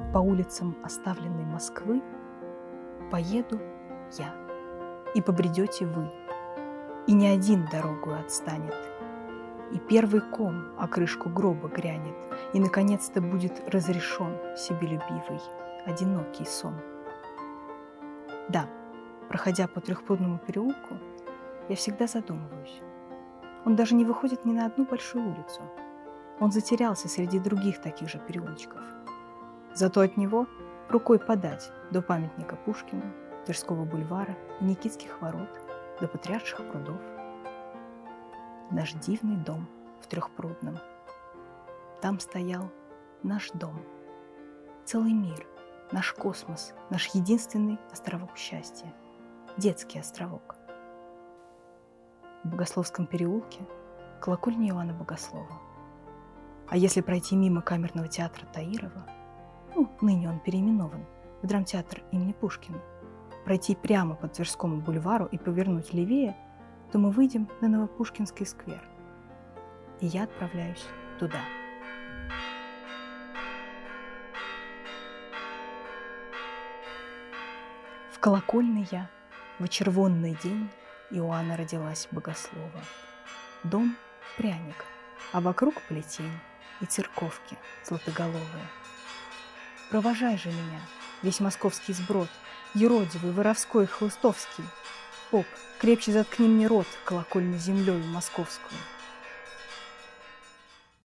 по улицам оставленной Москвы поеду я, и побредете вы, и ни один дорогу отстанет, и первый ком о крышку гроба грянет, и, наконец-то, будет разрешен себелюбивый, одинокий сон. Да, проходя по Трехпрудному переулку, я всегда задумываюсь. Он даже не выходит ни на одну большую улицу. Он затерялся среди других таких же переулочков. Зато от него рукой подать до памятника Пушкину, Тверского бульвара и Никитских ворот, до Патриарших прудов. Наш дивный дом в Трехпрудном. Там стоял наш дом. Целый мир, наш космос, наш единственный островок счастья. Детский островок. В Богословском переулке колокольня Иоанна Богослова. А если пройти мимо камерного театра Таирова, ныне он переименован в драмтеатр имени Пушкина, пройти прямо по Тверскому бульвару и повернуть левее, то мы выйдем на Новопушкинский сквер. И я отправляюсь туда. В колокольный я, в червонный день Иоанна родилась Богослова. Дом – пряник, а вокруг плетень и церковки златоголовые. Провожай же меня, весь московский сброд, юродивый, воровской, хлыстовский. Поп, крепче заткни мне рот колокольной землей московскую.